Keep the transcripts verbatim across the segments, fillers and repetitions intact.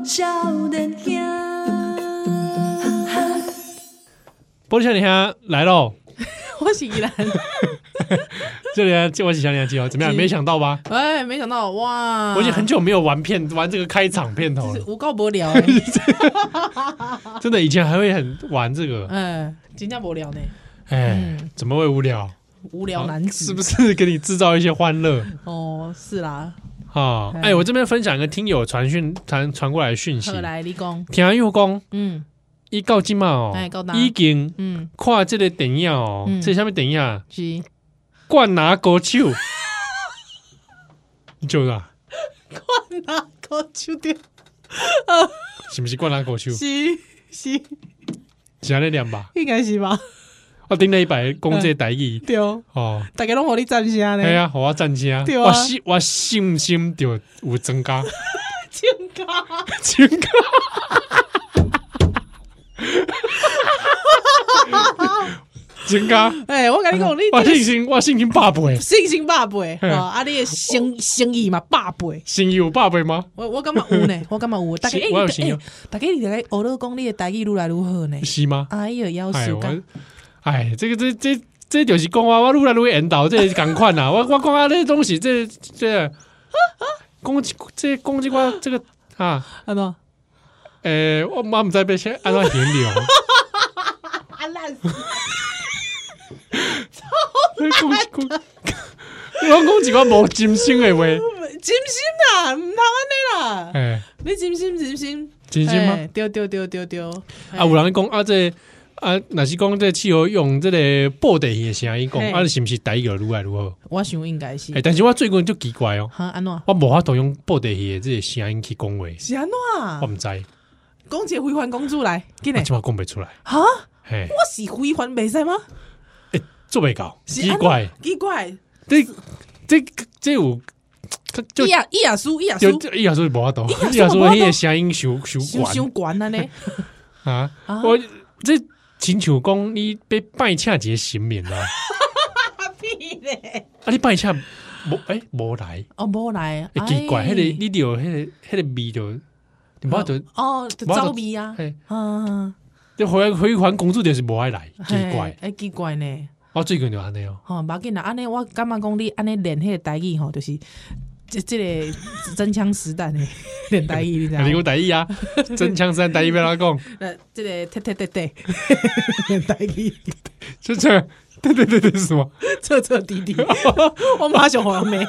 少年兄。 玻璃小年兄来喽！ 我是依兰， 这里啊，我是小年兄，怎么样？没想到吧？ 哎，没想到哇！ 我已经很久没有玩片玩这个开场片头了， 无够无聊哎， 真的以前还会很玩这个， 哎，真正无聊呢， 哎，怎么会无聊？ 无聊男子是不是给你制造一些欢乐？ 哦，是啦， 啊，哎，我这边分享一个听友传讯传传过来的讯息， 后来你讲， 听友讲， 嗯， 伊到今嘛哦哎到，哪已经嗯， 看这个电影哦， 嗯这下面电影是灌拿歌手，就是啊， 灌哪个手掉？ 是不是灌拿歌手？ 是是， 是安尼念吧？ 应该是吧？ 我顶了一百讲这个台语对， 哦。 大家拢互你赞声呢， 系啊，互我赞声， 对啊我信我信心就有增加， 真假？ 增加，增加。 哎，我跟你讲，你我这个信心，我信心百倍， 信心百倍， 嘿哦啊，你的生生意嘛百倍。 信有百倍吗？ 我我感觉有呢，我感觉有。大家是我有信用大家你大家学到讲你的台语愈来愈好呢。 是吗？ 哎呦，要哎，我求感， 哎，这个这这这就是讲我我愈来愈引导，这赶快呐！我我讲啊，那东西这这讲这讲这个这个啊， 安怎？ 诶，我妈唔知被先按怎形容。 啊烂死！ 讲讲，我讲一个无真心的话， 真心啦，唔通安尼啦。 哎， 你真心真心真心吗？ 哎对对对对对。 啊，有人讲啊，这啊，若是讲这气候用这个布袋戏的声音讲， 嘿啊，是不是台语就愈来愈好？ 我想应该是哎，。但是我最近就奇怪哦， 哈安怎？ 我无法度用布袋戏的这个声音去讲话， 是安怎？ 我唔知， 讲一个非凡公主来，紧嘞！ 我即马讲不出来。 哈， 嘿， 我是非凡袂使吗？ 哎，做未到， 是安怎奇怪， 奇怪。 这这这有就伊也伊也输伊也就输， 这伊也说无法度， 伊伊也说也说无法度迄个声音伤伤悬伤伤悬安尼。 啊啊！ 我这亲像讲你被拜请一个神明啊。 屁咧！ 啊！你拜请无诶无来， 哦，无来， 会奇怪， 哎迄个你就迄个迄个味就，你无就哦，就走味啊， 嘿， 嗯， 就回回还公主就是无爱来，奇怪。 哎，奇怪呢， 我最近就安尼哦， 吼，无要紧啦，安尼我感觉讲你安尼练迄个台语吼，就是这这个真枪实弹的练台语，你知道你吗？ 讲台语啊，真枪实弹台语要哪讲？ 呃，这个对对对对，练台语就这样，对对对对，是什么？ 彻彻底底，我马上黄妹，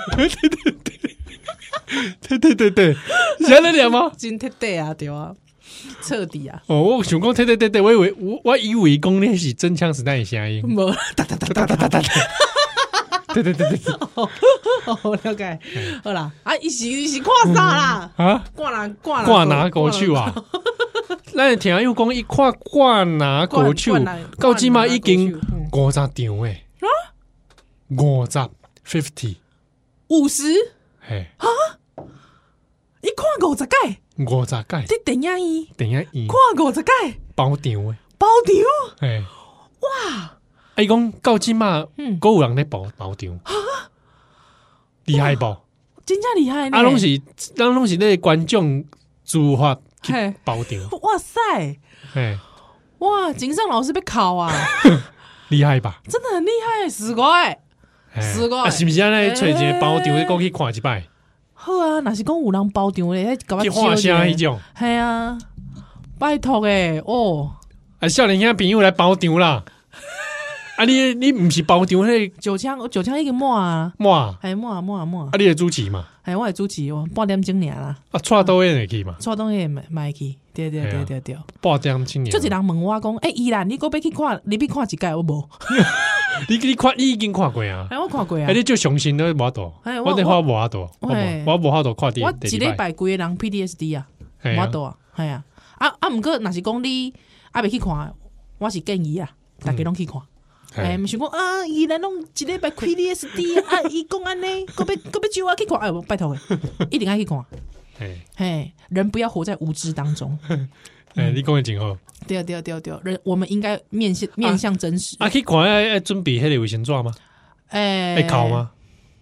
对对对对，是安尼念吗？ 真彻底啊，对啊，彻底啊， 哦，我想讲对对对对，我以为我我以为讲那是真枪实弹的声音， 无哒哒哒哒哒哒哒。 对对对对对哦，了解，好啦，啊，伊是伊是看啥啦？ 啊！ 挂哪挂哪挂拿狗手啊！咱听又讲伊看挂拿狗手挂拿， 到即嘛已经挂拿狗手嗯五十场诶，五十 fifty， 五十， 嘿， 伊看五十届， 五十届， 这电影院等一下伊看五十届包场诶， 包场， 嘿， 哇， 啊伊讲到即嘛， 嗯佫有人咧包包场，厉害不？ 真正厉害呢！ 啊，拢是，咱拢是咧观众自发去嘿包场， 哇塞， 嘿， 哇，景尚老师被考啊， 厉害吧？ 真的很厉害，死怪。 嘿是个啊，是毋是安尼找一个欸包场咧，过去看一摆， 好啊，若是讲有人包场咧，甲我去画声迄种。 系啊，拜托诶，哦， 啊，少年兄朋友来包场啦！啊你，你毋是包场迄九枪九枪已经满啊， 个满，啊系满满满， 你会主持嘛？ 系我系主持哦，半点钟尔啦， 啊，带倒会去嘛？ 错东西买去，对对对对对。 半点青年， 就一人问我讲，诶，依兰，你搁要去看，你要看一届我无？ 你你看，你已经看过啊？ 哎，我看过啊哎，，你就相信咧无法度， 哎我我那话无法度，我嘿无我无法度看第我第一礼拜规个人 P D S D 啊， 嘿啊我多啊，系啊，啊啊，毋过若是讲你啊未去看，我是建议啊，大家拢去看。哎， 嘿毋想讲啊，伊人拢一礼拜 P D S D 啊，伊讲安尼，搁要搁要叫我去看，哎，拜托诶，一定爱去看。 嘿， 嘿，人不要活在无知当中。 哎，你讲的真好。 对对对对，人我们应该面向面向真实。 啊，去看要要准备迄个卫生纸吗？ 哎， 会考？吗？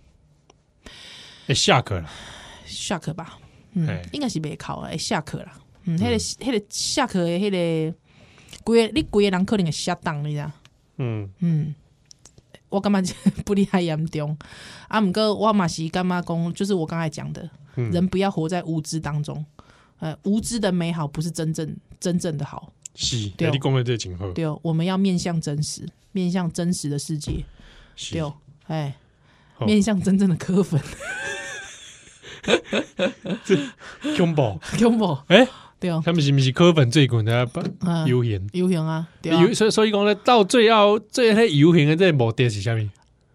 会下课啦。 下课吧，嗯哎， 应该是袂考啊，会下课啦。 嗯，迄个迄个下课的迄个，规个你规个人可能会下当，你知道？ 嗯嗯，我感觉不厉害严重啊。毋过我嘛是感觉讲，就是我刚才讲的， 嗯人不要活在无知当中。呃，无知的美好不是真正真正的好。 是， 对你讲的这情况， 对，我们要面向真实，面向真实的世界。 是对，哎， 好面向真正的科粉。 恐怖。 恐怖。 哎， 对， 他们是不是科粉最近的嗯游行？ 游行啊，对啊， 游所以所以讲咧，到最后最后游行的这个目的是啥物？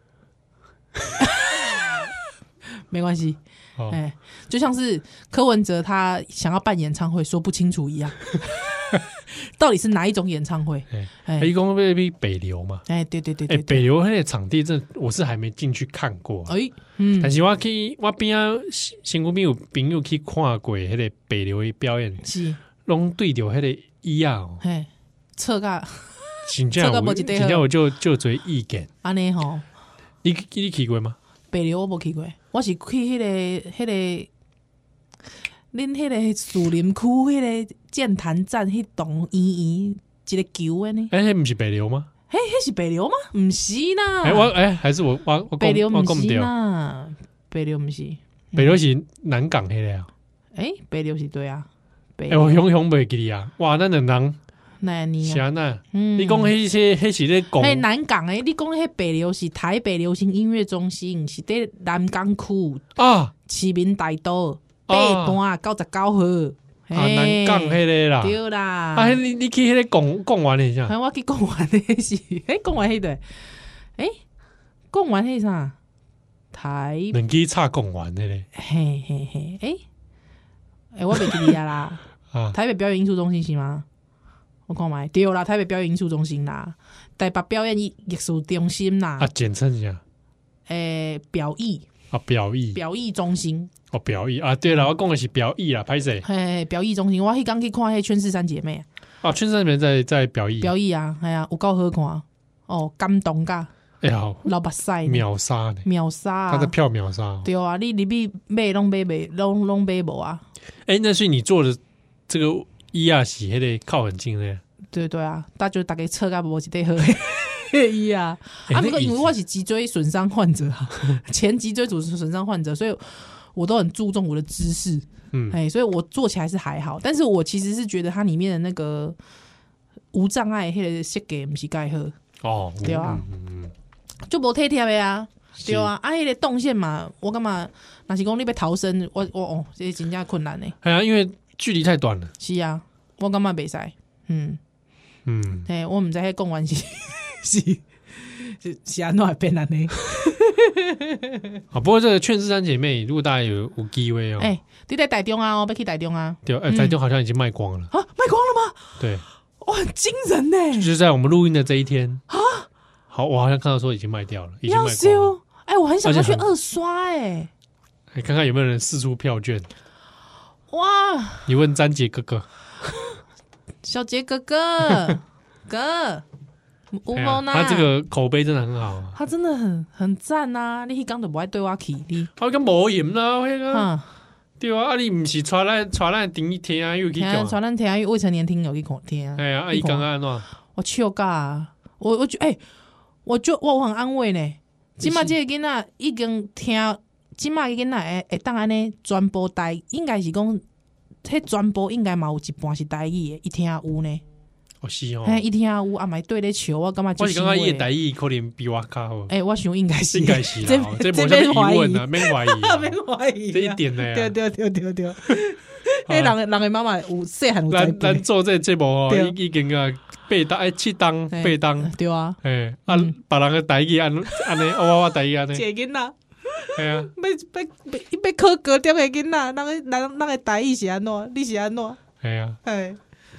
没关系。 哦， 哎，就像是柯文哲他想要办演唱会，说不清楚一样，到底是哪一种演唱会？ 哎， 哎一共被被北流嘛？ 哎，对对对哎， 对， 北流那个场地，真的我是还没进去看过。 哎，嗯， 但是我去我边啊，新古边有朋友去看过迄个北流的表演， 是， 拢对着迄个椅啊，哦嘿，侧个真正有这个没一块好真正有就就做意见。 安尼吼， 你你去过吗？ 北流我无去过，我是去迄个迄个，恁迄个树林区迄个剑潭站迄栋圆圆一个球的呢？ 哎，那不是北流吗？ 嘿，迄是北流吗？毋是啦， 哎，我哎还是我我我北流毋是我讲不掉， 啦，北流毋是， 北流是南港迄个啊。 诶，北流是对啊，北哎，我流永永袂记哩啊！哇，咱两人那你啊， 是安那？ 嗯你讲迄些迄是咧讲嘿，南港诶，你讲迄北流是台北流行音乐中心，是伫南港区啊市民大道啊八段九十九号啊南港迄个啦。 对啦， 啊，迄你你去迄个讲讲完了一下， 哎，我去讲完迄是，诶，讲完迄个，诶，讲完迄啥？台， 两支插讲完的咧嘿嘿嘿，诶，诶，我袂记哩啊啦， 啊台北表演艺术中心是吗？我看卖对啦，台北表演艺术中心啦，台北表演艺艺术中心啦啊，，简称一下诶，表艺啊，表艺表艺中心， 哦，表艺啊，对了，我讲的是表艺啦，歹势嘿嘿，表艺中心，我迄刚去看迄圈氏三姐妹啊，圈上面在在表艺， 表艺啊，哎呀，有够好看哦，感动噶， 哎呀， 老目屎呢， 秒杀呢， 秒杀啊， 他的票秒杀哦。 对啊，你入去买拢买袂，拢拢买无啊？ 哎，那是你做的这个伊亚喜迄个靠很近的， 对对啊，大就大家测甲无一块好的伊啊。 欸啊，不过那椅子因为我是脊椎损伤患者啊，前脊椎组损伤患者，所以我都很注重我的姿势。 嗯， 哎，所以我做起来是还好，但是我其实是觉得它里面的那个无障碍迄个设计不是盖好， 哦， 对啊嗯嗯嗯就无贴贴的啊。 是对啊，啊，迄个动线嘛，我感觉若是讲你要逃生，我我哦，这真正困难呢。 哎呀，因为距离太短了， 是啊，我感觉袂使，嗯。 嗯， 嘿，我毋知迄讲完是是是是安怎会变安尼？ 啊，不过这个劝世三姐妹，如果大家有有机会哦， 哎、你在台中啊？哦，要去台中啊？ 对，哎，台中好像已经卖光了， 啊，卖光了吗？ 对， 哇，很惊人呢！ 就是在我们录音的这一天啊，好，我好像看到说已经卖掉了，已经要卖光了， 修，哎、我很想要去而且很二刷、哎， 哎看看有没有人试出票券， 哇， 你问詹杰哥哥， 小杰哥哥哥，有哎呀无呢？ 他这个口碑真的很好啊， 他真的很很赞呐、啊！你迄刚都不爱对我起你， 他跟无盐啦，那个哈， 对啊，啊你不是传来传来顶一天啊，又去听讲， 传咱听未成年听有去看听啊， 哎呀，阿姨刚刚安怎？ 我笑噶、啊，我我觉哎、我就我我很安慰呢。即马这个囡仔已经听，即马个囡仔会会当安尼传播台，应该是讲，迄传播应该嘛有一半是台语的，伊听有呢， 哦是哦， 嘿，伊听有，啊嘛对咧笑，我感觉我刚刚伊的就是台语可能比我较好， 诶，我想应该是， 应该是这啦，哦这这没什么边怀疑疑问啊，免怀疑啊， 免怀疑啊， 这一点呢， 对对对对对，迄人的人的妈妈有细汉有栽咱咱培， 做这节目哦， 对已已经啊八档哎七档嘿八档， 对啊， 哎啊嗯别人的台语安安尼，我我台语安尼， 这个囡仔。 哎呀， 要要要要考高中的囡仔，人个人人个台语是安怎？你是安怎？ 哎呀， 哎，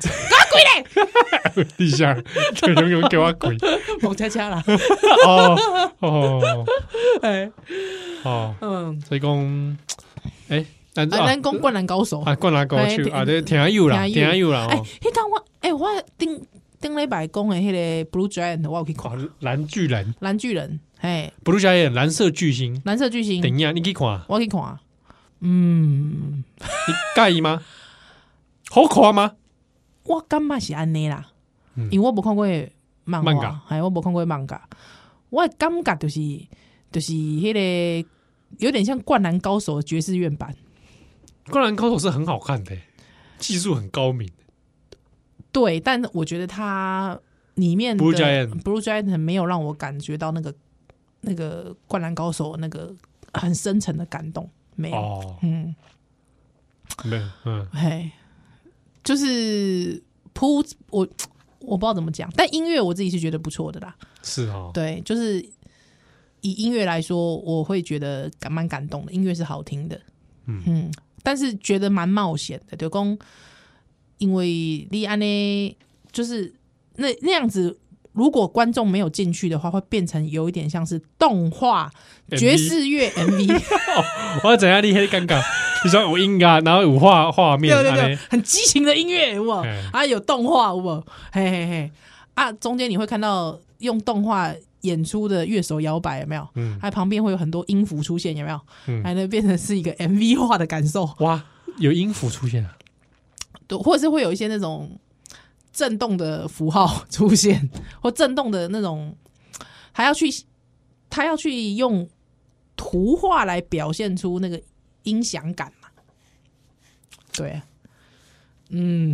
你想就永远给我滚蒙恰恰啦， 哦哦哎， 哦， 嗯， 所以讲，哎，咱啊，咱讲灌篮高手， 啊，灌篮高手哎啊，这听有啦， 听听有啦哎， 哦， 迄天我，哎，我顶顶礼拜讲的迄个 Blue Giant，我有去看哦蓝巨人， 蓝巨人，嘿， 不是小眼蓝色巨星， 蓝色巨星， 等一下你去看， 我去看，嗯， 你介意吗？ 好看吗？ 我感觉是安尼啦， 嗯因为我无看过漫漫画，还我无看过漫画，我的感觉就是就是迄、那个有点像《灌篮高手》的爵士乐版。 《灌篮高手》是很好看的、欸，技术很高明。 对，但我觉得它里面的 Blue Giant Blue Giant 没有让我感觉到那个那个《灌篮高手》那个很深沉的感动，没有。 哦， 嗯， 没有，嗯， 嘿，就是铺我我不知道怎么讲，但音乐我自己是觉得不错的啦。 是哦， 对，就是以音乐来说，我会觉得感蛮感动的，音乐是好听的。 嗯嗯，但是觉得蛮冒险的，就讲因为你安呢，就是那那样子。如果观众没有进去的话，会变成有一点像是动画 M V 爵士乐 M V， 哦、我要怎样厉害尴尬？你说有音乐，然后有画画面， 对对对，很激情的音乐，有没有？ 嘿啊，有动画，有没有？嘿嘿嘿，啊，中间你会看到用动画演出的乐手摇摆，有没有？ 嗯， 还旁边会有很多音符出现，有没有？ 嗯还能变成是一个 M V 化的感受， 哇，有音符出现啊！ 对，或者是会有一些那种震动的符号出现，或震动的那种，还要去，他要去用图画来表现出那个音响感嘛？对啊，嗯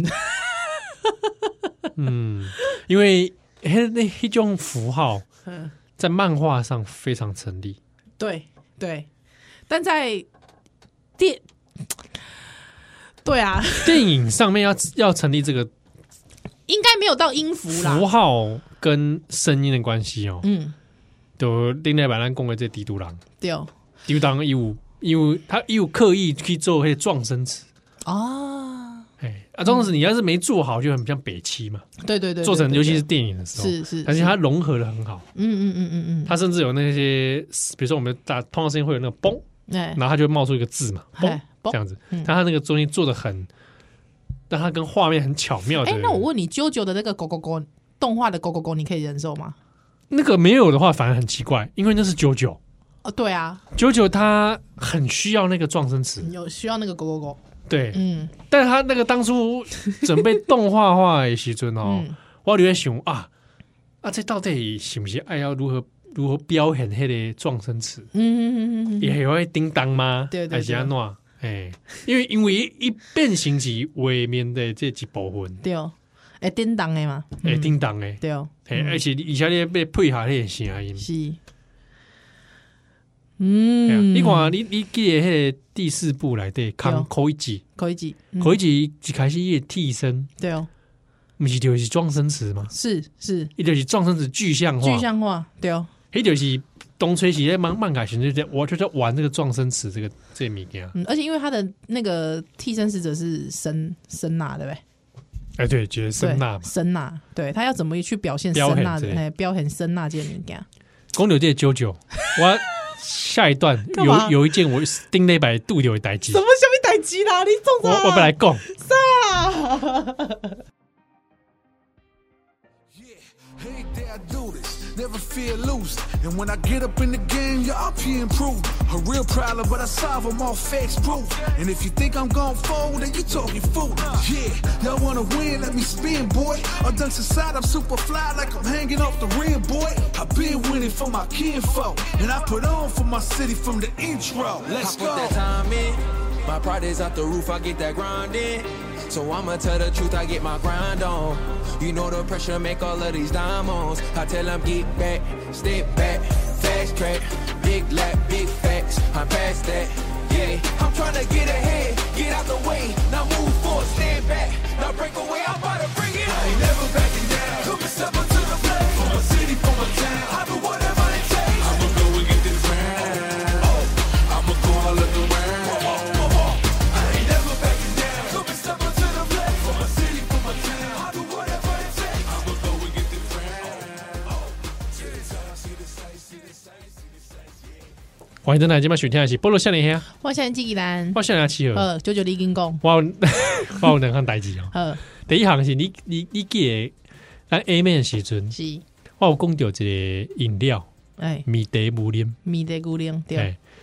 嗯，因为那那一种符号嗯， 在漫画上非常成立。 对对，但在电，对啊， 电影上面要要成立这个应该没有到音符啦符，号跟声音的关系哦， 嗯， 就另外把咱讲的这低度郎， 对哦， 低度郎有有他有刻意去做那些撞声词， 啊， 哎啊，撞声词你要是没做好，就很像北七嘛， 对对对， 做成对尤其是电影的时候， 是是， 而且它融合的很好， 嗯嗯嗯嗯嗯， 它甚至有那些，比如说我们打通常声音会有那个嘣， 哎然后它就会冒出一个字嘛，嘣哎嘣这样子， 嗯但它那个中间做的很，但它跟画面很巧妙的。 哎，那我问你，啾啾的那个狗狗狗动画的狗狗狗，你可以忍受吗？ 那个没有的话，反而很奇怪，因为那是九九， 哦，对啊， 九九它很需要那个撞声词， 有需要那个狗狗狗， 对， 嗯但是他那个当初准备动画化的时阵哦， 嗯， 我就在想啊啊，这到底是不是爱要如何如何表现那个撞声词？ 嗯嗯嗯嗯也会叮当吗？ 对对对还是安怎？哎，因为因为一变形是画面的这一部分， 对哦，会叮当的嘛， 哎， 嗯叮当的， 对哦， 哎，而且而且你要配合那个声音。 是， 哎呀嗯， 你看，你你记得迄个第四部来的康口一集， 可以记，嗯口一集一开始伊替身， 对哦， 不是就是撞声词吗？ 是是伊就是撞声词具象化， 具象化，对哦， 迄就是东吹西在漫漫改选，就在我就在玩这个撞声词这个这物件。 嗯，而且因为他的那个替身使者是声声呐，对不对？ 哎，对，觉得声呐嘛， 声呐，对他要怎么去表现表现这个声呐的，哎，表现声呐这个物件， 公牛界九九，我下一段干嘛有有一件我丁内百度有的代志， 什么什么代志啦？你中我我本来讲， 啥？ Hate that I do this, never fear losing. And when I get up in the game, yeah, I'll be improving. A real problem, but I solve them all facts proof. And if you think I'm gon' fold, then you talking fool. Yeah, y'all wanna win, let me spin, boy. All dunks aside, I'm super fly like I'm hanging off the rim, boy. I've been winning for my kinfolk, and I put on for my city from the intro. Let's I go. put that time in. My pride is out the roof, I get that grind in. So I'ma tell the truth, I get my grind on. You know the pressure make all of these diamonds. I tell them get back, step back, fast track, big lap, big facts. I'm past that, yeah. I'm tryna get ahead, get out the way. Now move forward, stand back, now break away. I'm about to bring it. I ain't never backing down. Put me step up to the plate. For my city, for my town. I do whatever it takes. I'ma go and get this round. Oh, I'ma go all of the round. 欢迎登来，今晚选听的是菠萝少年兄， 我现在记忆兰， 我少年七号， 呃，九九你已经讲， 我有我有两项代志哦。 呃， 第一项是你你你记得咱 A 面的时阵， 是， 我有讲到一个饮料哎， 米茶无啉， 米的姑娘，对， 哎，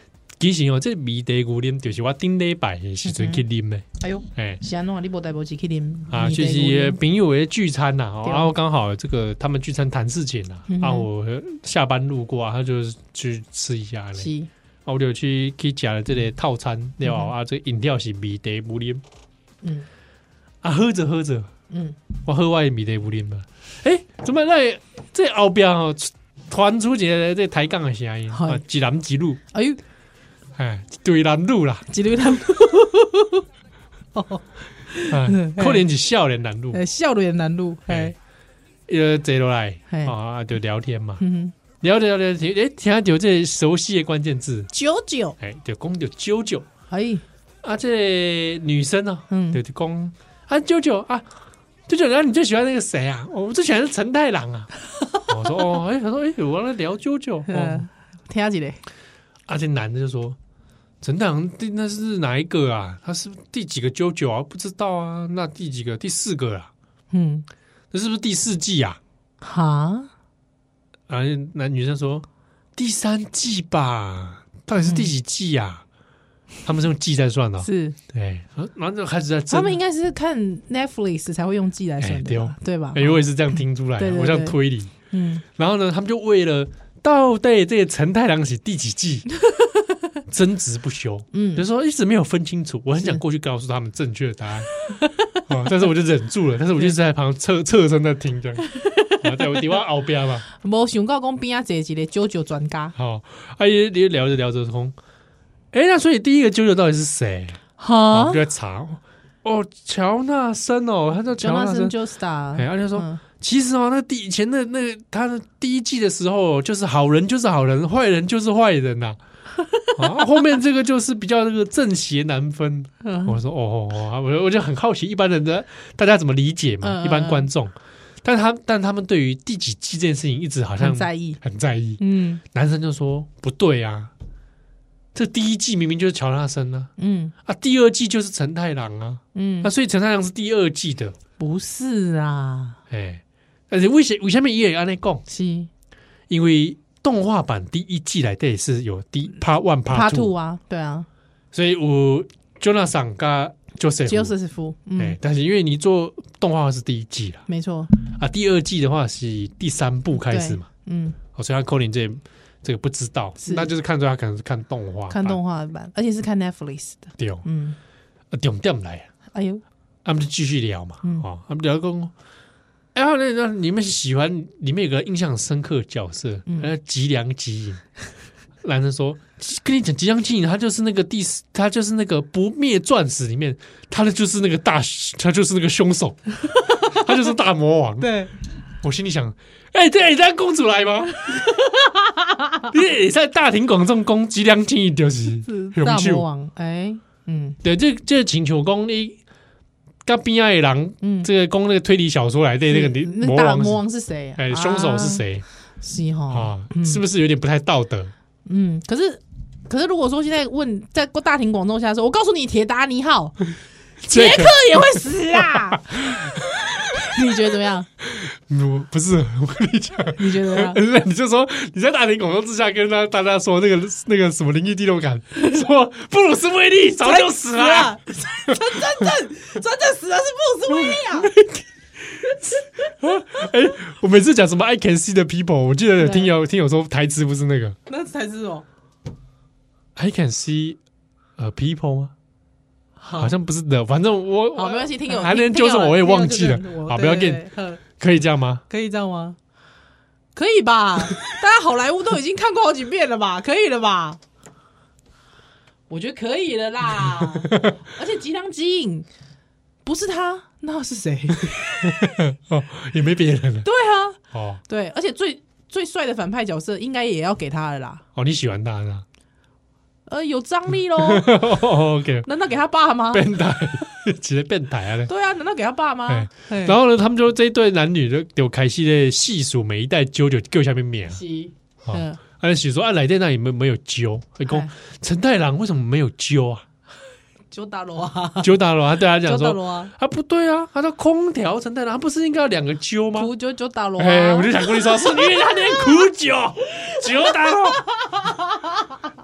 其实哦，这米茶牛奶就是我顶礼拜的时阵去啉的。 哎呦， 哎是安怎？你无带无去去啉啊，就是朋友的聚餐呐， 对然后刚好这个他们聚餐谈事情呐， 嗯哼啊，我下班路过啊，他就去吃一下嘞。 是啊，我就去去吃了这个套餐了后啊，这个饮料是米茶牛奶。 嗯啊，喝着喝着， 嗯， 我喝我的米茶牛奶嘛，哎，怎么那这后边哦传出一个这抬杠的声音啊，一男一女， 哎呦， 哎，一对男女啦， 一对男， 哎可能是少年男女， 呃，少年男女，哎， 呃，坐落来嘿啊，就聊天嘛， 嗯， 聊着聊着，哎，听到这熟悉的关键字， 九九， 哎，就讲到九九哎， 啊，这女生呢， 嗯就讲啊，九九啊。九九，然后你最喜欢那个谁啊？我最喜欢是陈太郎啊。我说哦，哎，他说哎，我在聊九九哦。 呃，听一下， 啊，这男的就说陈太郎第那是哪一个啊？他是第几个九九啊？不知道啊。那第几个？第四个啊？ 嗯， 那是不是第四季啊？ 哈， 啊，男女生说第三季吧？到底是第几季啊？他们是用季在算的、哦， 是， 对，然后就开始在争他们应该是看 Netflix 才会用季来算的吧， 哎对哦对吧？ 哎，我也是这样听出来的， 对对对我这样推理。 嗯， 然后呢，他们就为了到底这个陈太郎是第几季争执不休， 嗯就说一直没有分清楚。我很想过去告诉他们正确的答案，哦，但是我就忍住了，但是我就在旁边侧侧身在听这样。啊，在我底下后边嘛， 无想到讲边啊坐一个九九专家， 好，啊也也聊着聊着空，哎，那所以第一个九九到底是谁？啊， 哈就在查哦，乔纳森哦，他叫乔纳森 Jonathan Joestar， 哎，他就说。 嗯其实哦，那第以前的那个他的第一季的时候，就是好人就是好人，坏人就是坏人呐、啊。啊，后面这个就是比较这个正邪难分。 嗯我说哦哦哦，我我就很好奇一般人的大家怎么理解嘛， 嗯一般观众。但他但他们对于第几季这件事情一直好像很在意， 很在意。 嗯男生就说不对啊，这第一季明明就是乔纳森啊， 嗯啊，第二季就是陈太郎啊， 嗯那、，所以陈太郎是第二季的， 不是啊， 哎。而且为什为什么也安尼讲？ 是因为动画版第一季来的是有第 Part One、Part Part Two， Two 啊，对啊所以有 Jonathan 跟 Joseph， ，Joseph， 哎、 嗯， 但是因为你做动画是第一季了没错， 啊，第二季的话是第三部开始嘛， 嗯， 哦，所以他 Colin 这这个不知道， 是那就是看出他可能是看动画版， 看动画版，而且是看 Netflix 的， 对哦， 嗯， 啊重点来， 哎呦， 他们就继续聊嘛， 嗯哦，他们聊讲。哎呀，那那你们喜欢里面有个印象很深刻的角色， 嗯呃，吉良吉影。男生说：“跟你讲，吉良吉影他就是那个第四，他就是那个不灭钻石里面，他的就是那个大，他就是那个凶手，他就是大魔王。” 对， 我心里想：“哎、欸，这你在公主来吗？你在大庭广众攻吉良吉影就是是大凶手。 魔王，哎，嗯对，这这请求公你。”跟边爱狼， 嗯， 这个攻那个推理小说来的那个你那魔王是大魔王是谁啊？ 哎，凶手是谁是哈啊？ 嗯是不是有点不太道德？ 嗯，可是可是如果说现在问在大庭广众下说，我告诉你，铁达尼号，杰克也会死啊！你觉得怎么样？ 嗯，不是，我跟你讲， 你觉得怎么样？ 你就说你在大庭广众之下跟他大家说那个那个什么灵异第六感，说布鲁斯威利早就死了， 真真正真正死的是布鲁斯威利啊！ 哎，我每次讲什么 I can see the people， 我记得有听友听友说台词不是那个那才是哦， I can see a people 吗？好像不是的，反正我好没关系，听友还能纠正我，我也忘记了。好，不要紧，可以这样吗？ 可以这样吗？可以吧？大家好莱坞都已经看过好几遍了吧？可以了吧？我觉得可以了啦。而且吉良吉影不是他，那是谁？ 哦，也没别人了。 对啊， 哦对，而且最最帅的反派角色应该也要给他了啦。 哦，你喜欢他呢？ 呃，有张力喽。 OK， 难道给他爸吗？ 变态，其实变态啊！ 对啊，难道给他爸吗？ 然后呢，他们就这一对男女就有开始的细数每一代揪就揪下面面啊。嗯，他就许说啊，来电那里没没有揪？他讲陈太郎为什么没有揪啊？ 揪大罗啊， 揪大罗，他对他讲说啊， 啊不对啊，他说空调陈太郎，他不是应该要两个揪吗？ 苦酒揪大罗， 哎，我就想跟你说，是因为他念苦酒，揪大罗。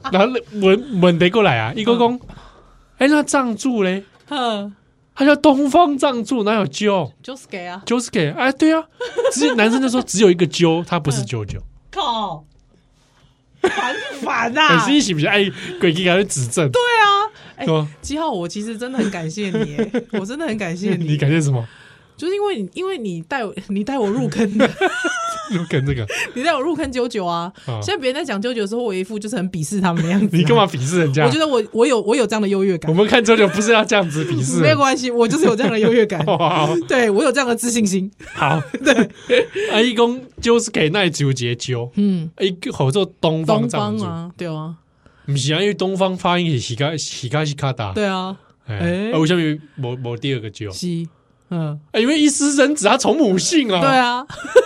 然后问问得过来啊，一个讲，哎，那藏柱嘞？ 哼， 他叫东方藏柱，哪有鸠？ 就是给啊， 就是给，哎，对啊，只有男生就说只有一个鸠，他不是啾啾。 靠，烦不烦呐？ 可是你是不是爱鬼给他指正？ 对啊，哎是吗， 七号，我其实真的很感谢你，哎，我真的很感谢你， 你感谢什么？ 就是因为你，因为你带我，你带我入坑的， 入坑这个， 你带我入坑九九啊。 啊现在别人在讲九九的时候，我一副就是很鄙视他们的样子啊。 你干嘛鄙视人家？ 我觉得我我有我有这样的优越感我。们看九九不是要这样子鄙视人， 没有关系，我就是有这样的优越感。 哇对我有这样的自信心。 好，对，啊，一共就是给那纠结揪， 嗯， 一个好做东方东藏柱， 方啊，对啊， 不是啊，因为东方发音是西卡西卡西卡达， 对啊， 哎， 哎啊为什么没没第二个揪？ 是，嗯， 哎因为一丝人子他从母姓啊， 对，啊，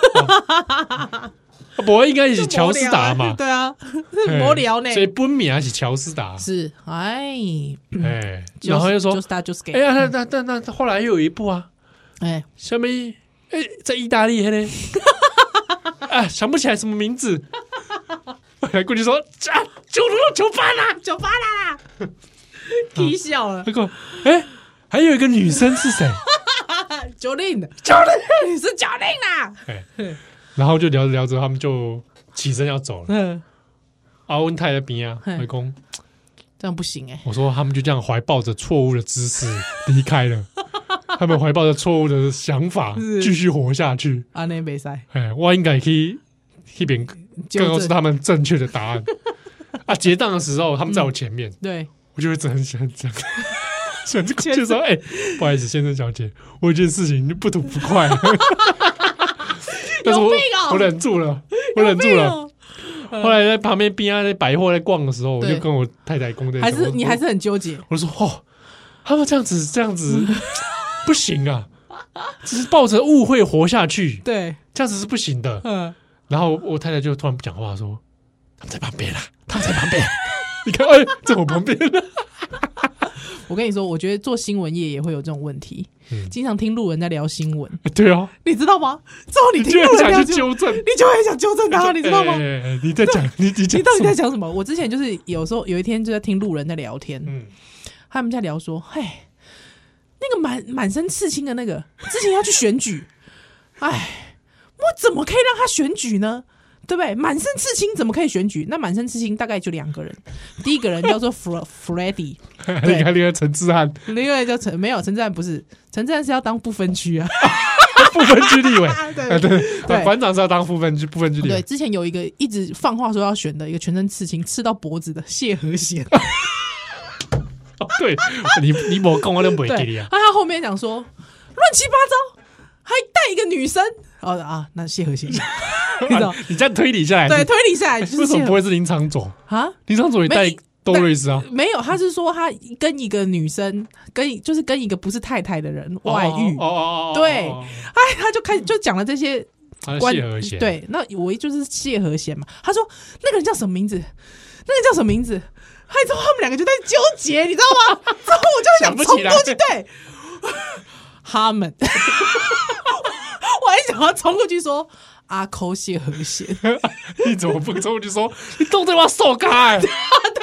不会应该是乔斯达嘛？ 对啊， 哎无聊呢所以本名还是乔斯达， 是，哎， 哎，然后又说就，是他就是给， 哎呀，那那那那后来又有一部啊， 哎， 下面哎在意大利呢，啊想不起来什么名字，我还过去说啊九六九八啦。 九八啦，气笑了， 那个，哎，还有一个女生是谁？ 九令的， 九零。 是九令啦， 哎，然后就聊着聊着，他们就起身要走了。 嗯， 阿文太在边啊， 嘿外公， 这样不行哎， 我说他们就这样怀抱着错误的知识离开了，他们怀抱着错误的想法是继续活下去。 安内没塞， 哎，我应该可以一边纠告诉正他们正确的答案。啊，结账的时候他们在我前面， 对， 我就一直很喜欢这样。想就就说，哎、不好意思，先生小姐，我有一件事情不吐不快，但是我有病哦我忍住了，我忍住了。 有病哦后来在旁边边啊，在百货在逛的时候，我对就跟我太太公在还讲我是你还是很纠结， 我就说哦，他们这样子这样子不行啊，只是抱着误会活下去， 对， 这样子是不行的。 嗯， 然后我太太就突然不讲话说，他们在旁边啦，他们在旁边，你看，哎，在我旁边了。 我跟你说，我觉得做新闻业也会有这种问题， 嗯经常听路人在聊新闻， 对哦， 你知道吗？之后你你听就很想去路人聊新闻， 纠正， 你就会想纠正他，你知道吗？ 哎哎哎你在讲，你你讲你到底什么在讲什么？我之前就是有时候有一天就在听路人在聊天， 嗯， 他们在聊说，嘿，那个满满身刺青的那个，之前要去选举，哎，我怎么可以让他选举呢？对不对？满身刺青怎么可以选举？那满身刺青大概就两个人，第一个人叫做 Fre Freddy， 你看那个陈志汉另外一个叫陈，没有陈志汉不是，陈志汉是要当不分区啊。 不分区立委， 对啊对对馆长是要当不分区不分区立对， 委， 之前有一个一直放话说要选的一个全身刺青，刺到脖子的谢和弦， 哦对，你你没讲我都不会给对， 你啊， 那他后面讲说乱七八糟，还带一个女生，哦啊，那谢和弦，你知道？ 啊你这样推理下来， 对，推理下来就是为什谢和么不会是林长佐？ 啊， 林长佐也带没窦瑞斯啊， 没有，他是说他跟一个女生，跟就是跟一个不是太太的人外遇， 哦哦哦， 对哎，他就开始就讲了这些他关谢和弦，， 对，那我一就是谢和弦嘛。他说那个人叫什么名字？那个叫什么名字？还之后他们两个就在纠结，你知道吗？之后我就想想不起来冲过去，对，他们，我还想要冲过去说阿抠谢和弦， 你怎么不冲过去说你动这把手开？ 对。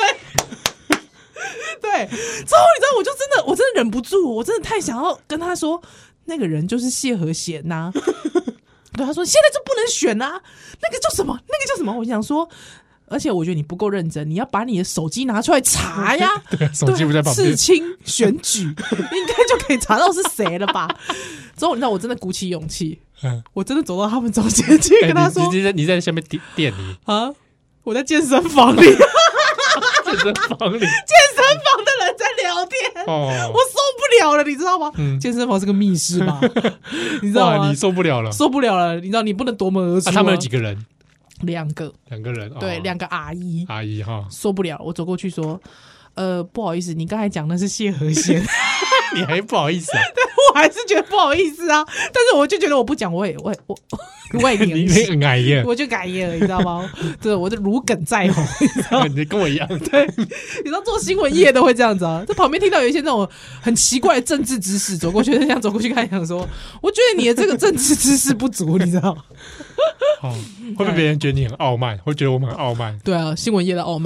对，之后你知道，我就真的，我真的忍不住，我真的太想要跟他说，那个人就是谢和弦呐、对，他说现在就不能选呐、啊，那个叫什么？那个叫什么？我想说，而且我觉得你不够认真，你要把你的手机拿出来查呀。 对，手机不在旁边刺，青选举应该就可以查到是谁了吧？之后你知道，我真的鼓起勇气， 嗯， 我真的走到他们中间去哎跟他说你你在你在下面店店里， 啊，我在健身房里。 健身房里， 健身房的人在聊天， 哦我受不了了，你知道吗？ 嗯健身房是个密室吧？你知道哇， 吗？ 你受不了了。 受不了了，你知道你不能夺门而出、 啊，他们有几？个人？ 两个， 两个人， 对， 哦两个阿姨， 阿姨哈， 受不了，我走过去说，呃，不好意思，你刚才讲的是谢和弦， 你还不好意思啊？ 我还是觉得不好意思啊，但是我就觉得我不讲，我也我也我我也你年轻那很矮耶， 我就改业了，你知道吗？对，我的如鲠在喉，你知道吗？ 你跟我一样， 对，你知道做新闻业都会这样子啊，在旁边听到有一些那种很奇怪的政治知识，走过去就这样走过去跟他讲说，我觉得你的这个政治知识不足，你知道吗？ 哦，会不会别人觉得你很傲慢？会觉得我们很傲慢？ 对啊，新闻业的傲慢，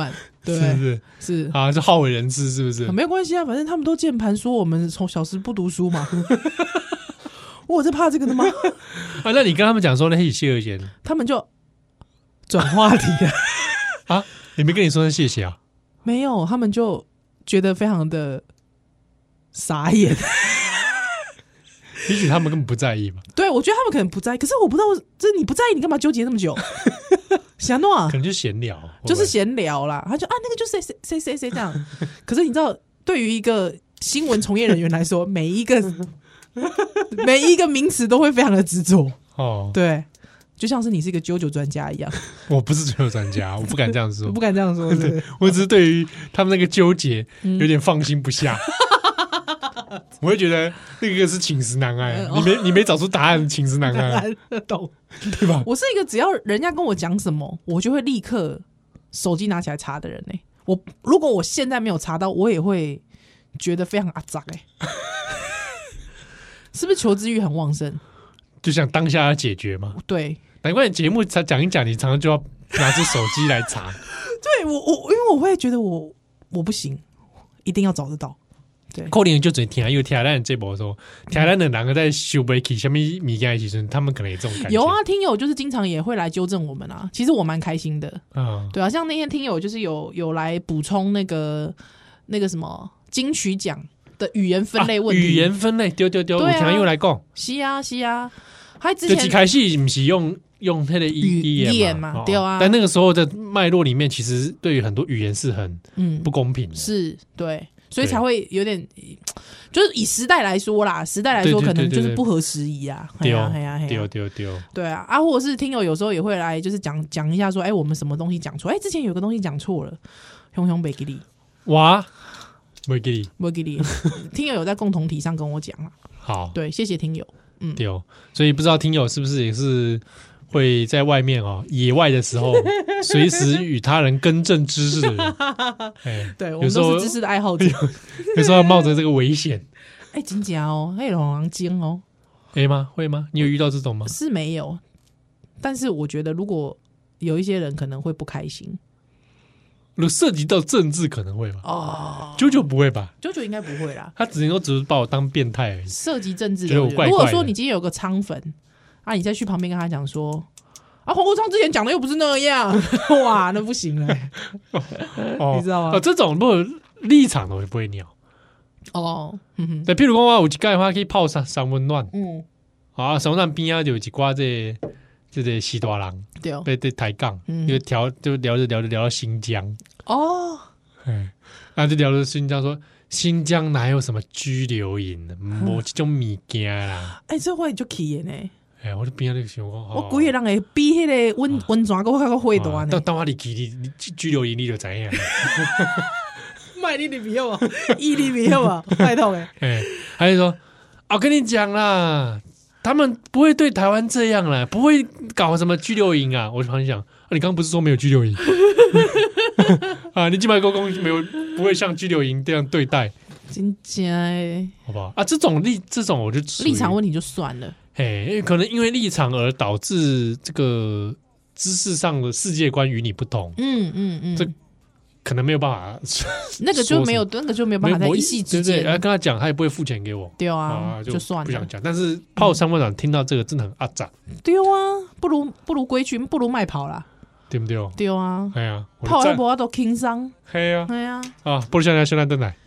对， 是不是？ 是啊，就好为人师，是不是？ 没有关系啊，反正他们都键盘说我们从小时不读书嘛。我在怕这个的吗？ 啊，那你跟他们讲说那些谢而贤他们就转话题了。 啊，也没跟你说谢谢啊？ 没有，他们就觉得非常的傻眼。 也许他们根本不在意嘛， 对，我觉得他们可能不在意，可是我不知道，这你不在意，你干嘛纠结那么久？想弄啊可，能就闲聊， 就是闲聊啦。他就啊，那个就谁谁谁谁谁这样。可是你知道，对于一个新闻从业人员来说，每一个每一个名词都会非常的执着。 哦， 对，就像是你是一个啾啾专家一样。 我不是最后专家，我不敢这样说我，不敢这样说，对， 我只是对于他们那个纠结嗯有点放心不下。我会觉得那个是寝食难安，你没你没找出答案，寝食难安， 懂对吧？ 我是一个只要人家跟我讲什么，我就会立刻手机拿起来查的人呢、欸。我如果我现在没有查到，我也会觉得非常阿杂哎、欸，是不是求知欲很旺盛？ 就想当下要解决嘛。 对， 难怪你节目才讲一讲，你常常就要拿出手机来查。 对我我因为我会觉得我我不行，一定要找得到。对， 可能就只听，因为听咱这波说，听咱的两个在修不起什么物件的时阵，他们可能有这种感觉。 有啊，听友就是经常也会来纠正我们啊，其实我蛮开心的。 啊， 对啊，像那天听友就是有有来补充那个那个什么金曲奖的语言分类问题， 啊语言分类丢丢丢，我对啊听又来讲， 是啊是啊，还之就一前开始不是用用那个语语语言言嘛，哦嘛对啊但那个时候的脉络里面，其实对于很多语言是很嗯不公平的。 是对，所以对才会有点，就是以时代来说啦，时代来说对对可能对对对就是不合时宜啊，哎丢呀哎呀哎丢呀， 丢丢， 对啊啊，或者是听友有时候也会来，就是讲讲一下说，哎，我们什么东西讲错，哎，之前有个东西讲错了，熊熊北给你， 哇，没给你不给你，听友有在共同体上跟我讲了， 好对，谢谢听友，嗯， 丢，所以不知道听友是不是也是会在外面哦，野外的时候随时与他人更正知识的人，哎， 对我有时候们都是知识的爱好者， 有时候要冒着这个危险， 哎，真假哦，还有狼精哦， 哎吗？会吗？你有遇到这种吗？ 是没有，但是我觉得如果有一些人可能会不开心如果涉及到政治，可能会吧。 哦， 啾啾不会吧？ 九九应该不会啦。 他只能够只是把我当变态而已。 涉及政治的， 觉得我怪怪的如果说你今天有个仓粉啊，你再去旁边跟他讲说啊，黄国昌之前讲的又不是那样，哇，那不行了、欸， 哦你知道吗哦，这种不立场的我就不会鸟。 哦，嗯哼， 对，譬如讲我有一盖的话可以泡三三温暖嗯， 啊，三温暖边啊就有一挂这这个西大郎对哦， 被被抬杠， 嗯就聊就聊着聊着聊到新疆， 哦， 哎，然后就聊到新疆说新疆哪有什么拘留营，没这种物件啦。 哎、欸，这会就气的呢， 哎，我就边啊那个想讲， 我规个人会比迄个温温泉搁较会大呢当，当我离去你你拘留营你就知影。 卖你你不要啊，伊你不要啊，拜托诶， 哎，还是说，啊我跟你讲啦，他们不会对台湾这样啦，不会搞什么拘留营啊。我就旁边想，啊，你刚刚不是说没有拘留营啊？你基本上公没有，不会像拘留营这样对待， 真正诶， 好不好？啊，这种立这种我就属于立场问题就算了， 哎，因为可能因为立场而导致这个知识上的世界观与你不同， 嗯嗯嗯， 这可能没有办法， 那个就没有，那个就没有办法在我一夕之对对，然后间， 跟他讲，他也不会付钱给我。 对啊， 就就算了， 不想讲。但是泡三温暖听到这个真的很阿杂， 对啊，不如不如归群，不如卖跑啦， 对不对？ 对啊， 哎呀，我泡赞了无都轻松， 嘿呀哎呀， 啊！不如现在现在登来，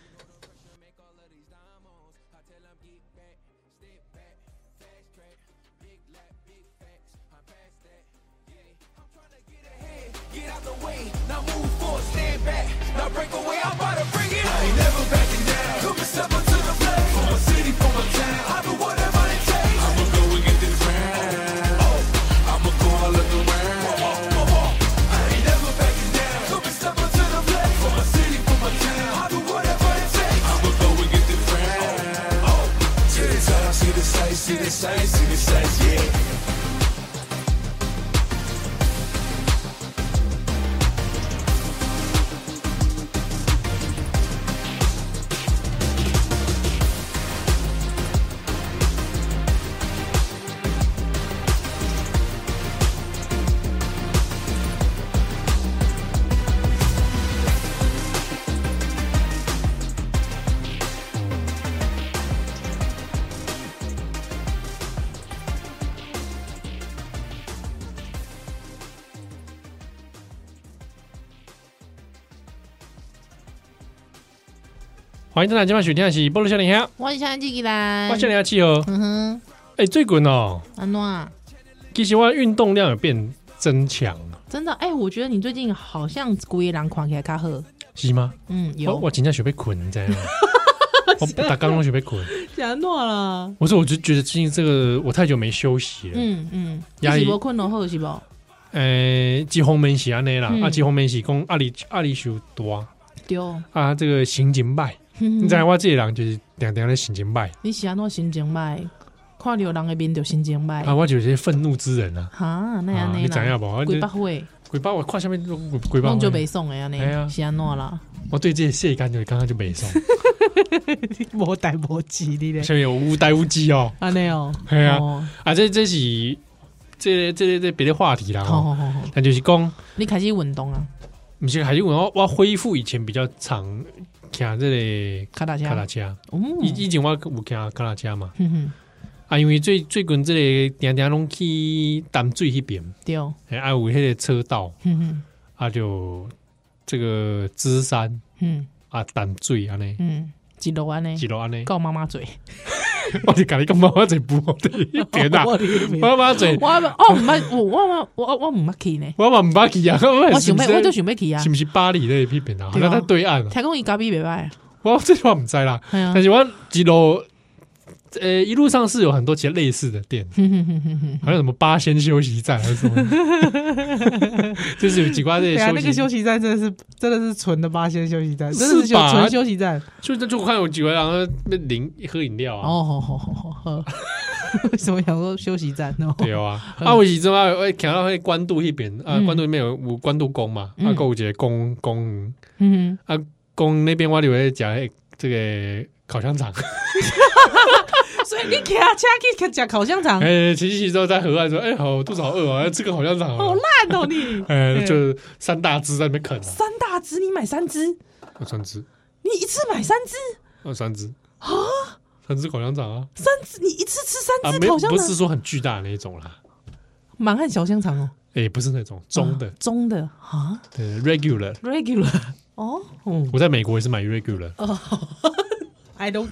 欢迎大家今晚收听的是《波罗少年兄》， 我是小年纪啦， 我少年气哦。 嗯哼， 哎、欸，最近哦， 安诺啊， 其实我运动量有变增强， 真的哎、欸，我觉得你最近好像规个人看起来较好， 是吗？ 嗯，有。 我我今天想被捆，你知道吗？我打刚刚想被捆， 安诺啦。 我说我就觉得最近这个我太久没休息了， 嗯嗯， 压力是无困落好是不？ 诶、欸，一方面是安尼啦， 嗯、 啊，一方面是讲压力压力伤大， 对啊，这个心情歹。 嗯、 你知道我这个人就是常常咧心情歹。 你是安怎心情歹？看到人的面就心情歹。 啊，我就是愤怒之人啊。 哈，那样、啊、 你知影无？ 鬼百会， 鬼百我看下面鬼百弄就袂爽的安尼， 啊， 是安怎啦？ 我对这个世间就刚刚就袂爽， 无代无志你咧。 下面有无代无志哦， 安尼哦， 系啊，哦、啊，这这是这这这别的话题啦。 好好好好， 但就是讲， 你开始运动啊？ 不是，还是我我恢复以前比较常骑这个卡达车， 卡达车。 哦， 以以前我有骑卡达车嘛。 哼哼。 啊，因为最最近这个定定拢去淡水那边， 对， 哎，啊有迄个车道， 嗯哼， 啊就这个芝山， 嗯， 啊淡水安尼， 嗯，一路安尼， 一路安尼， 告妈妈嘴， 我就甲你讲妈妈嘴不好的，天哪，妈妈嘴， 我哦唔捌，我我我我唔捌去呢， 我嘛唔捌去啊， 我想要，我就想要去啊， 是不是巴黎那片片啊？好像在对岸啊， 听讲伊隔壁袂歹， 我这我唔知啦，但是我一路。呃，一路上是有很多其实类似的店，好像什么八仙休息站还是什么，就是有几挂这些休息。 对啊，那个休息站真的是真的是纯的八仙休息站，真的是纯休息站。 就就看有几个人那零喝饮料啊。 哦，好好好好喝。为什么想说休息站呢？ 对啊，啊，我是怎么会看到那关渡那边啊？关渡那边有有关渡宫嘛？啊，有一个宫宫，嗯，啊，宫那边我就会讲这个烤香肠。 所以你骑车去吃烤香肠？ 哎、欸，骑骑之后在河岸说：“哎、欸，好，肚子好饿啊，要吃个烤香肠。” 好烂哦你！ 哎、欸，就三大只在那边啃、啊。 三大只，你买三只？ 哦，三只。 你一次买三只？ 哦，三只啊，三只烤香肠啊， 三只，你一次吃三只烤香肠、 啊？不是说很巨大的那种啦， 满汉小香肠哦。 哎、欸，不是那种中的，啊、 中的啊？ 对 ，regular regular 哦， 嗯，我在美国也是买 regular。 哦 ，I don't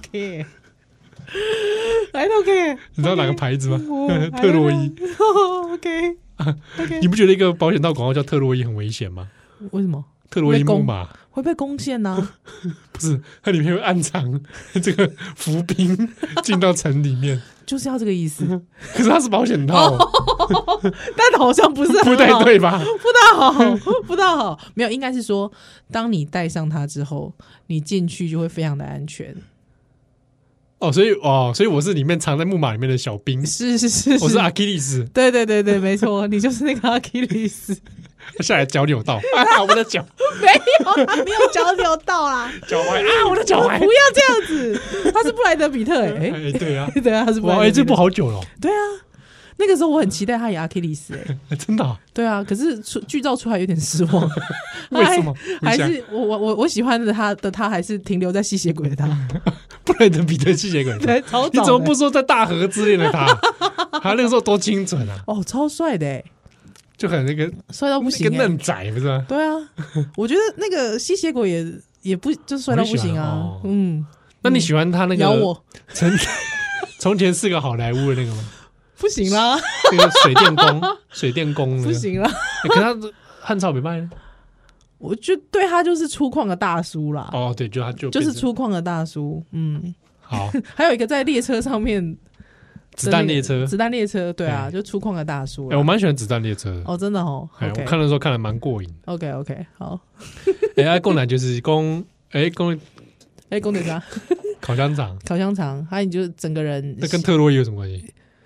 care。I don't care， 你知道哪个牌子吗？特洛伊。 OK， 你不觉得一个保险套广告叫特洛伊很危险吗？ 为什么？ 特洛伊木马会被攻陷呢？ 不是，它里面会暗藏这个伏兵进到城里面， 就是要这个意思。 可是它是保险套， 但好像不是不太对吧？ 不大好，不大好。没有，应该是说，当你戴上它之后，你进去就会非常的安全。 哦，所以哦，所以我是里面藏在木马里面的小兵， 是是是， 我是阿基里斯， 对对对对，没错，你就是那个阿基里斯。 下来脚扭到，啊，我的脚没有，他没有脚扭到啦， 脚踝啊，我的脚踝， 不要这样子，他是布莱德比特哎、欸欸，对啊， 对啊，他是布莱德比特， 哎、欸，这部好久了， 对啊，那个时候我很期待他演阿基里斯哎、 欸，真的、啊， 对啊，可是剧照出来有点失望， 为什么？ 还是我我我我喜欢的他的他还是停留在吸血鬼的他。 布莱德彼特吸血鬼， 对，超你怎么不说在大河之恋的他？他那个时候多精准啊！ 哦，超帅的哎， 就很那个帅到不行， 跟嫩仔不是吗？ 对啊，我觉得那个吸血鬼也也不就帅到不行啊。哦、嗯， 那你喜欢他那个？ 咬我！ 从从前是个好莱坞的那个吗？ 不行啦， 那个水电工，水电工不行啦。 可是他汉朝没卖呢。 我就对他就是粗犷的大叔啦。 哦，对，就他就就是粗犷的大叔。嗯， 好。 还有一个在列车上面， 子弹列车， 子弹列车，对啊，就粗犷的大叔。 哎，我蛮喜欢子弹列车的。 哦，真的哦。 哎，我看的时候看的蛮过瘾。 OK OK， 好。 哎，共奶就是公，哎公， 哎公奶啥？ 烤香肠。 烤香肠，还有你就整个人。 那跟特洛伊有什么关系？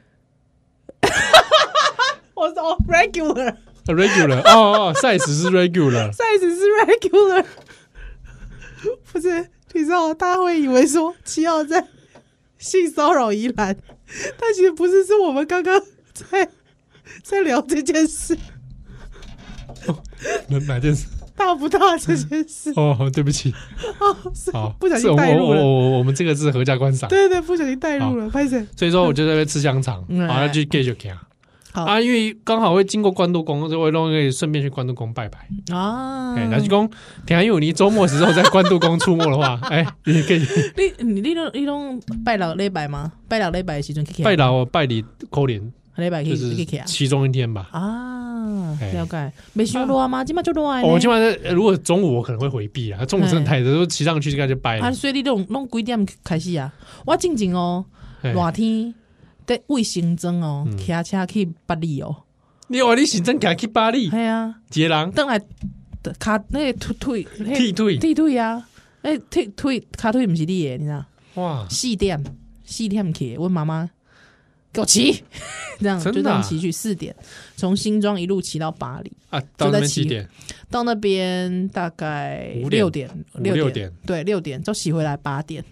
我说 regular。regular 哦哦 ，size 是 regular，size 是 regular， 不是，你知道大家会以为说七号在性骚扰宜兰，但其实不是，是我们刚刚在在聊这件事。 哦、哪件事？ 大不大这件事？ 哦，对不起， 哦， 好， 不小心带入了。 我我我们这个是合家观赏， 对对，不小心带入了，拍谁？ 所以说我就在那边吃香肠，好，要去 get 就 get。 好啊，因为刚好会经过关渡宫，所以我都可以顺便去关渡宫拜拜。 啊， 哎，那就讲，等下有你周末的时候在关渡宫出没的话，哎，你可以你你你拢你拢拜六礼拜吗？拜六礼拜的时阵去拜老拜你扣连， 礼拜去就是去去啊。 其中一天吧。 啊， 哎了解，没伤热吗？今麦就热呢。 哦我今晚在如果中午我可能会回避啊，中午真的太热，都骑上去应该就掰啊， 了。 所以你拢拢几点开始啊？我进前哦， 哎热天在卫生证哦， 嗯骑车去巴黎哦， 你话你是真敢去巴黎， 系啊， 一个人等来卡那个腿腿那剃腿， 剃腿啊，哎腿腿卡腿不是你的，你知道？ 哇， 四点四点起，问妈妈给我骑，这样真的啊就这样骑去四点，从新庄一路骑到巴黎， 啊，到那边几点？ 到那边大概五点六点， 五六点点， 对，六点，就骑回来八点。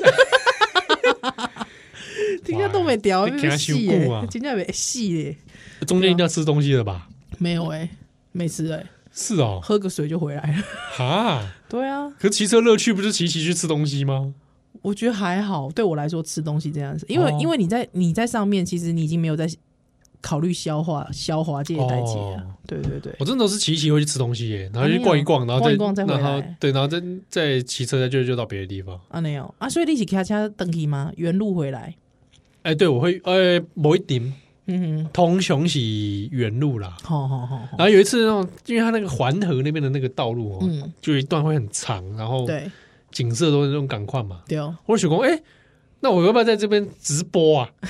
听下都没掉， 你给他细修顾啊耶，今天没细耶， 中间一定要吃东西的吧？ 没有哎，没吃哎， 是哦， 喝个水就回来了。 哈， 对啊， 可是骑车乐趣不是骑骑去吃东西吗？ 我觉得还好，对我来说吃东西这样子，因为、 哦因为你在你在上面，其实你已经没有在考虑消化消化这些代谢啊。 哦对对对， 我真的都是骑一骑会去吃东西耶，然后啊去逛一逛，然后再逛一逛再回来然后对，然后再再骑车再就就到别的地方。 啊没有啊，所以你是骑车登去吗？原路回来？ 哎，对，我会呃某一点嗯哼， 通雄是原路啦。 好好好好， 然后有一次那种，因为它那个环河那边的那个道路哦， 嗯， 就有一段会很长，然后对景色都是那种赶快嘛。 对哦， 我就想说，哎，那我要不要在这边直播啊？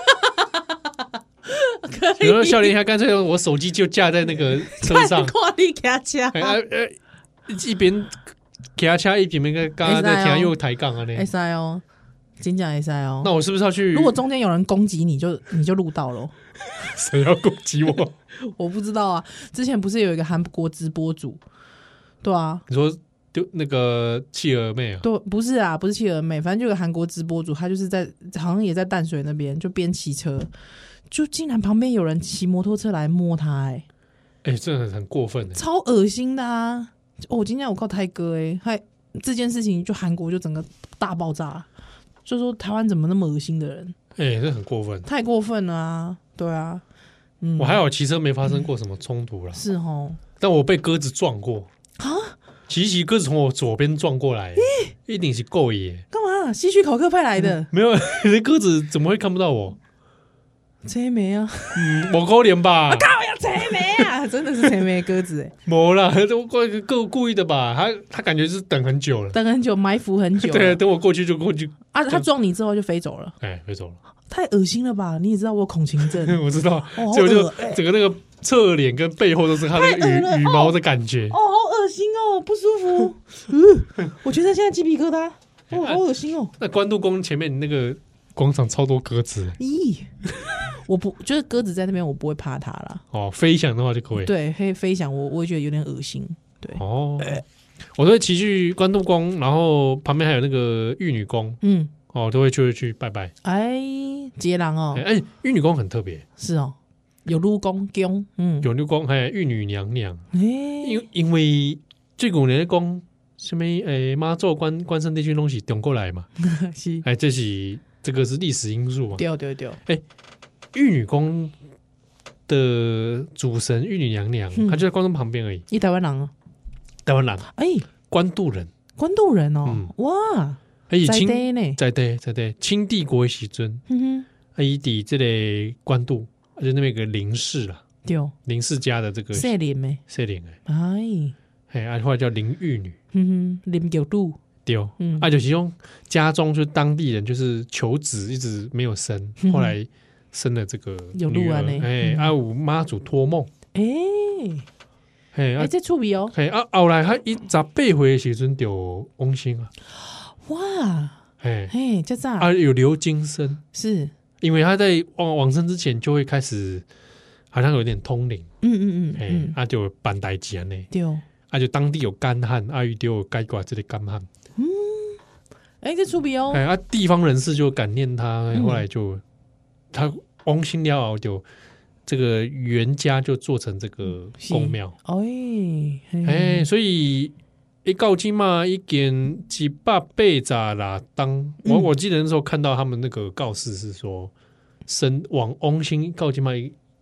可然后笑脸一下，干脆我手机就架在那个车上， 看你骑车， 哎哎哎，一边骑车一边那个刚刚在听又抬杠啊那会。使哦，真正会使哦。 那我是不是要去？ 如果中间有人攻击你就你就录到了， 谁要攻击我？ 我不知道啊。之前不是有一个韩国直播主，对啊， 你说丢那个企鹅妹啊？ 对，不是啊，不是企鹅妹，反正就有个韩国直播主，他就是在好像也在淡水那边，就边骑车，就竟然旁边有人骑摩托车来摸他、欸，哎， 哎，真的很过分哎。 超恶心的啊！哦，我今天我告泰哥、欸，哎，还这件事情就韩国就整个大爆炸，就说台湾怎么那么恶心的人， 哎，这很过分。 太过分了啊！对啊，嗯， 我还好，骑车没发生过什么冲突啦， 是哦， 但我被鸽子撞过啊， 骑一骑鸽子从我左边撞过来，一定是够野。 干嘛？西区考克派来的？ 没有，那鸽子怎么会看不到我？ 车眉啊， 嗯，我可怜吧？ 靠呀，车眉啊，真的是车眉鸽子哎， 没啦，我故故故意的吧？他他感觉是等很久了， 等很久，埋伏很久了， 对，等我过去就过去， 啊，他撞你之后就飞走了， 哎，飞走了。 太恶心了吧？你也知道我有恐禽症， 我知道， 哦所以我就好恶欸整个那个侧脸跟背后都是他那个太恶了羽羽毛的感觉哦，。好恶心哦，不舒服，嗯，我觉得现在鸡皮疙瘩，哦，好恶心哦， 那关渡宫前面那个广场超多鸽子咦，我不就是鸽子在那边，我不会怕它啦， 哦，飞翔的话就可以。 对，可以飞翔，我我会觉得有点恶心，对， 哦，我都会骑去关渡宫，然后旁边还有那个玉女宫， 嗯， 哦，都会去去拜拜。 哎，杰郎哦哎，，哎玉女宫很特别， 是哦，有卢公公，嗯， 有女宫还有玉女娘娘， 哎， 因因为最古年的宫什么诶妈祖关关圣帝君东西中过来嘛， 是， 哎，这是这个是历史因素嘛。 对对对， 玉女宫的主神玉女娘娘， 嗯她就在关东旁边而已。 一台湾人哦， 台湾人， 哎， 关渡人， 关渡人哦嗯， 哇，在而且清地呢， 在地在地清帝国的时阵， 哼哼， 啊，伊伫这个关渡，就那边有个林氏啦， 对， 林氏家的这个谢林咩， 谢灵哎， 哎， 嘿，啊，后来叫林玉女， 哼哼，林九度， 对， 嗯啊，就是用家中就是当地人就是求子一直没有生， 嗯后来生了这个有路女儿， 啊呢哎， 嗯啊，有妈祖托梦， 哎， 嘿，啊哎，，这趣味哦， 嘿，啊，后来他一十八岁的时阵就翁星啊， 哇， 嘿， 嘿，这咋啊，有留金身， 是， 因为他在往往生之前就会开始好像有点通灵， 嗯嗯嗯嘿， 嗯， 啊，就有办代志安尼， 对， 啊，就当地有干旱，啊，就有解决这个干旱， 哎，这趣味哦哎，，啊，地方人士就感念他， 嗯后来就他翁星了后就这个袁家就做成这个宫庙， 哎，嘿哎，所以一到今嘛，已经几百八十啦。当我嗯我记得那时候看到他们那个告示是说，生往翁星到今嘛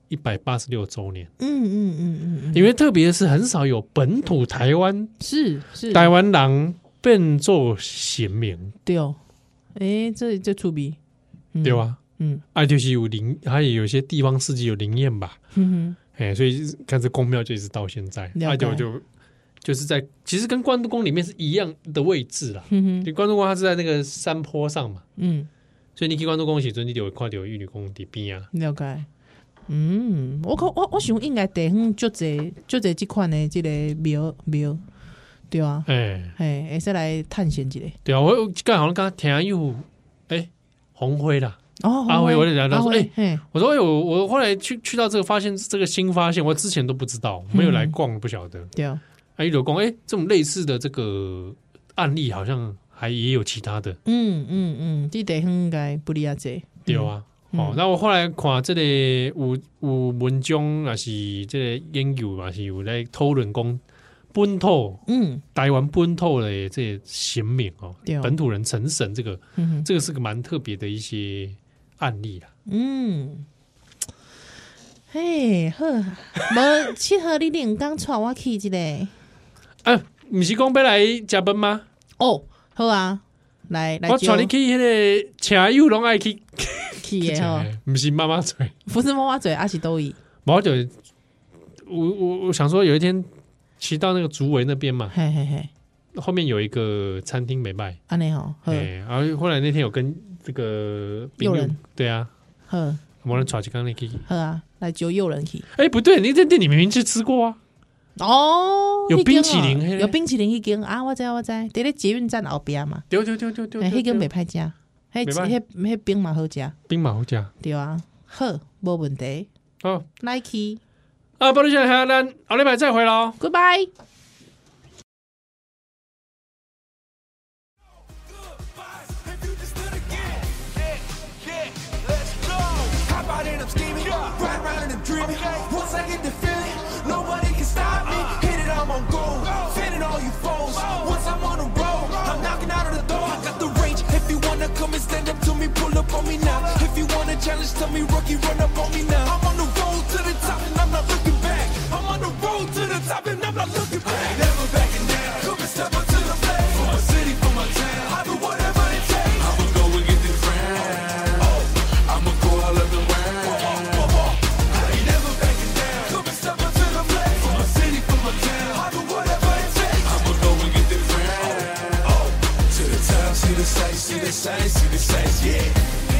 一百八十六周年。 嗯嗯嗯嗯嗯， 因为特别是很少有本土台湾是是台湾人变做贤明， 对哦，哎，这这出鼻， 对吧？ 嗯， 啊，就是有灵，还有有些地方市集有灵验吧， 哼哼， 哎，所以看这宫庙就一直到现在， 了解啊，就就就是在其实跟关渡宫里面是一样的位置啦。 哼哼， 就关渡宫它是在那个山坡上嘛， 嗯， 所以你去关渡宫的时阵，你就会看到玉女宫伫边啊。 了解。嗯，我看我我想应该地方足侪足侪这款的这个庙庙，对啊， 哎， 嘿，会使来探险一下。 对啊，我我刚好像刚刚听有哎红辉啦。 哦， 阿辉，我就聊到说，哎、 嘿， 我说，哎、我我后来去去到这个，发现这个新发现，我之前都不知道，没有来逛，不晓得。 对啊， 啊，一楼逛，哎，这种类似的这个案例，好像还也有其他的， 嗯嗯嗯，这地方应该不离啊这， 对啊。 嗯哦，那我后来看这个有有文章，也是这个研究，也是有来讨论讲本土嗯台湾本土的这些贤明哦对哦， 本土人成神，这个嗯哼这个是个蛮特别的一些案例啦。 嗯，嘿好，无七号你连刚带我去一个， 啊，不是讲要来食饭吗？ 哦，好啊，来来， 我带你去迄个车友拢爱去去的吼， 不是妈妈嘴， 不是妈妈嘴，阿是都伊， 我就我我我想说有一天骑到那个竹围那边嘛， 嘿嘿嘿， 后面有一个餐厅没卖， 安尼吼，好哎，然后后来那天有跟这个朋友友人， 对啊， 好我们带去刚那去， 好啊，来揪诱人去。 哎，不对，那间店你明明去吃过啊， 哦， 有那间冰淇淋哦那个有冰淇淋迄间啊，我知我知，伫咧捷运站后边嘛， 丢丢丢丢丢， 哎，迄间袂歹食，迄袂歹迄迄冰嘛好食， 冰马好加对啊，好，无问题， 哦来去啊，不如现在咱后礼拜再回喽。 ，Goodbye。 I'm scheming, ride around and I'm dreaming. Once I get the feeling, nobody can stop me. Hit it, I'm on gold, fitting all you foes. Once I'm on the road, I'm knocking out of the door. I got the range. If you wanna come and stand up to me, pull up on me now. If you wanna challenge, tell me, rookie, run up on me now. I'm on the road to the top and I'm not looking back. I'm on the road to the top and I'm not looking back. I ain't never backing down. Come and step up to the plate. For my city, for my town. I do whatever it takes. I'ma go and get the crown. Oh, I'ma go all up and round. See the sights, see the sights, see the sights, yeah.